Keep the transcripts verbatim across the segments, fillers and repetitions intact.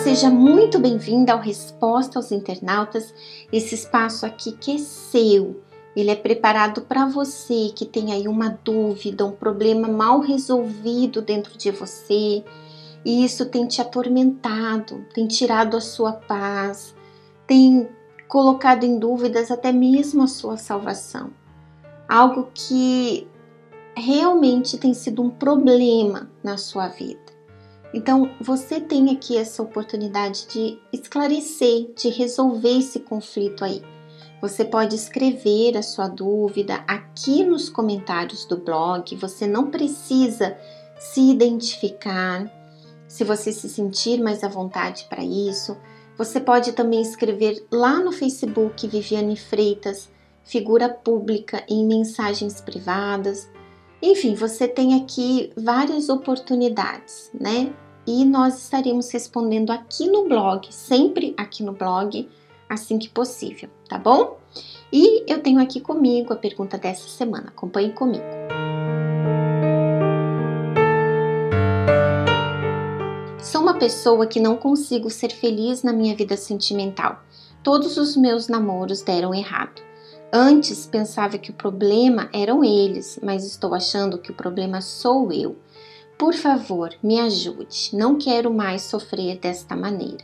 seja muito bem-vinda ao Resposta aos Internautas, esse espaço aqui que é seu. Ele é preparado para você que tem aí uma dúvida, um problema mal resolvido dentro de você, e isso tem te atormentado, tem tirado a sua paz, tem colocado em dúvidas até mesmo a sua salvação. Algo que realmente tem sido um problema na sua vida. Então, você tem aqui essa oportunidade de esclarecer, de resolver esse conflito aí. Você pode escrever a sua dúvida aqui nos comentários do blog, você não precisa se identificar, se você se sentir mais à vontade para isso. Você pode também escrever lá no Facebook Viviane Freitas, figura pública, em mensagens privadas. Enfim, você tem aqui várias oportunidades, né? E nós estaremos respondendo aqui no blog, sempre aqui no blog, assim que possível, tá bom? E eu tenho aqui comigo a pergunta dessa semana, acompanhe comigo. Sou uma pessoa que não consigo ser feliz na minha vida sentimental. Todos os meus namoros deram errado. Antes pensava que o problema eram eles, mas estou achando que o problema sou eu. Por favor, me ajude. Não quero mais sofrer desta maneira.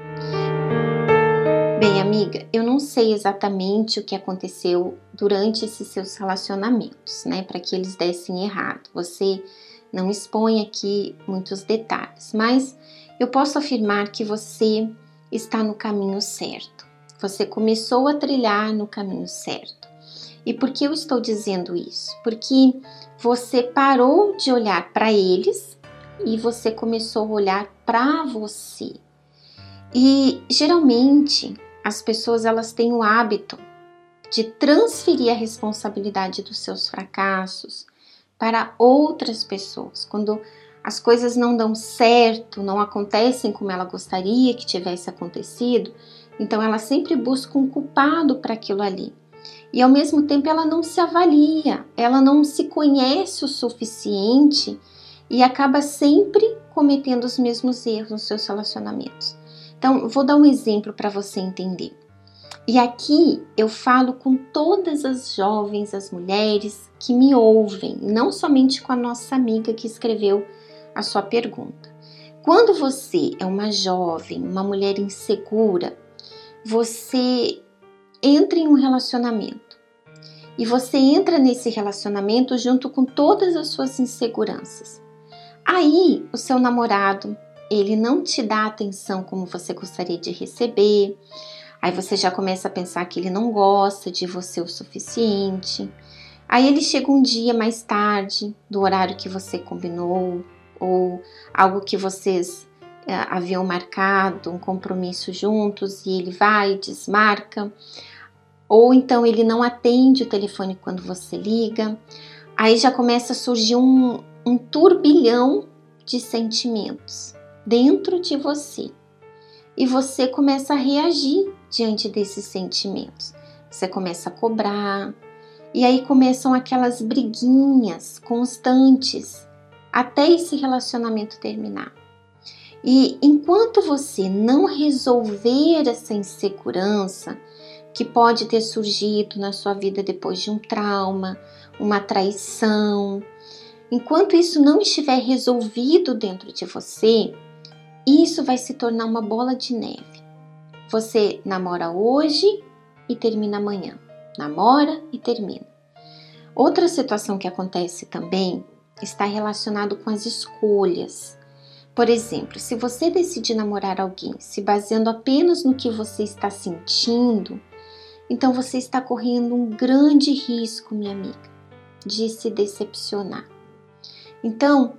Bem, amiga, eu não sei exatamente o que aconteceu durante esses seus relacionamentos, né? Para que eles dessem errado. Você não expõe aqui muitos detalhes, mas eu posso afirmar que você está no caminho certo. Você começou a trilhar no caminho certo. E por que eu estou dizendo isso? Porque você parou de olhar para eles e você começou a olhar para você. E geralmente as pessoas elas têm o hábito de transferir a responsabilidade dos seus fracassos para outras pessoas. Quando as coisas não dão certo, não acontecem como ela gostaria que tivesse acontecido, então ela sempre busca um culpado para aquilo ali. E ao mesmo tempo ela não se avalia, ela não se conhece o suficiente e acaba sempre cometendo os mesmos erros nos seus relacionamentos. Então, vou dar um exemplo para você entender. E aqui eu falo com todas as jovens, as mulheres que me ouvem, não somente com a nossa amiga que escreveu a sua pergunta. Quando você é uma jovem, uma mulher insegura, você entra em um relacionamento e você entra nesse relacionamento junto com todas as suas inseguranças. Aí o seu namorado, ele não te dá atenção como você gostaria de receber. Aí você já começa a pensar que ele não gosta de você o suficiente. Aí ele chega um dia mais tarde do horário que você combinou ou algo que vocês é, haviam marcado, um compromisso juntos, e ele vai e desmarca. Ou então ele não atende o telefone quando você liga. Aí já começa a surgir um, um turbilhão de sentimentos dentro de você. E você começa a reagir diante desses sentimentos. Você começa a cobrar. E aí começam aquelas briguinhas constantes até esse relacionamento terminar. E enquanto você não resolver essa insegurança que pode ter surgido na sua vida depois de um trauma, uma traição, enquanto isso não estiver resolvido dentro de você, isso vai se tornar uma bola de neve. Você namora hoje e termina amanhã. Namora e termina. Outra situação que acontece também está relacionado com as escolhas. Por exemplo, se você decidir namorar alguém se baseando apenas no que você está sentindo, então você está correndo um grande risco, minha amiga, de se decepcionar. Então,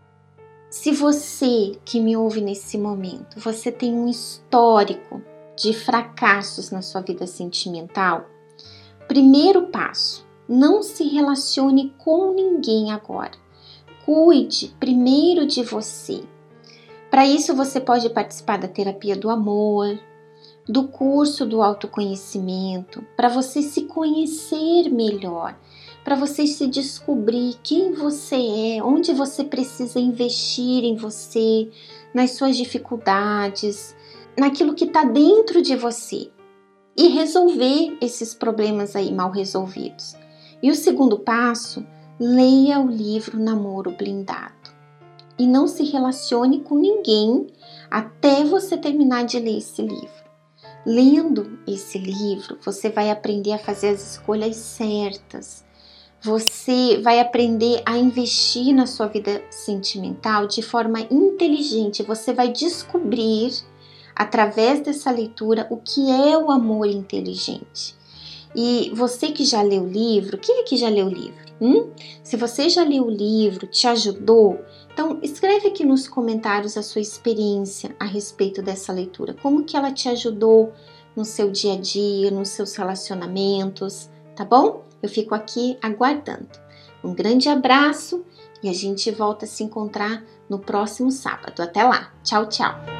se você que me ouve nesse momento, você tem um histórico de fracassos na sua vida sentimental, primeiro passo, não se relacione com ninguém agora. Cuide primeiro de você. Para isso você pode participar da terapia do amor, do curso do autoconhecimento, para você se conhecer melhor, para você se descobrir quem você é, onde você precisa investir em você, nas suas dificuldades, naquilo que está dentro de você e resolver esses problemas aí mal resolvidos. E o segundo passo, leia o livro Namoro Blindado. E não se relacione com ninguém até você terminar de ler esse livro. Lendo esse livro, você vai aprender a fazer as escolhas certas. Você vai aprender a investir na sua vida sentimental de forma inteligente. Você vai descobrir, através dessa leitura, o que é o amor inteligente. E você que já leu o livro, quem é que já leu o livro? Hum? Se você já leu o livro, te ajudou, então escreve aqui nos comentários a sua experiência a respeito dessa leitura. Como que ela te ajudou no seu dia a dia, nos seus relacionamentos, tá bom? Eu fico aqui aguardando. Um grande abraço e a gente volta a se encontrar no próximo sábado. Até lá. Tchau, tchau.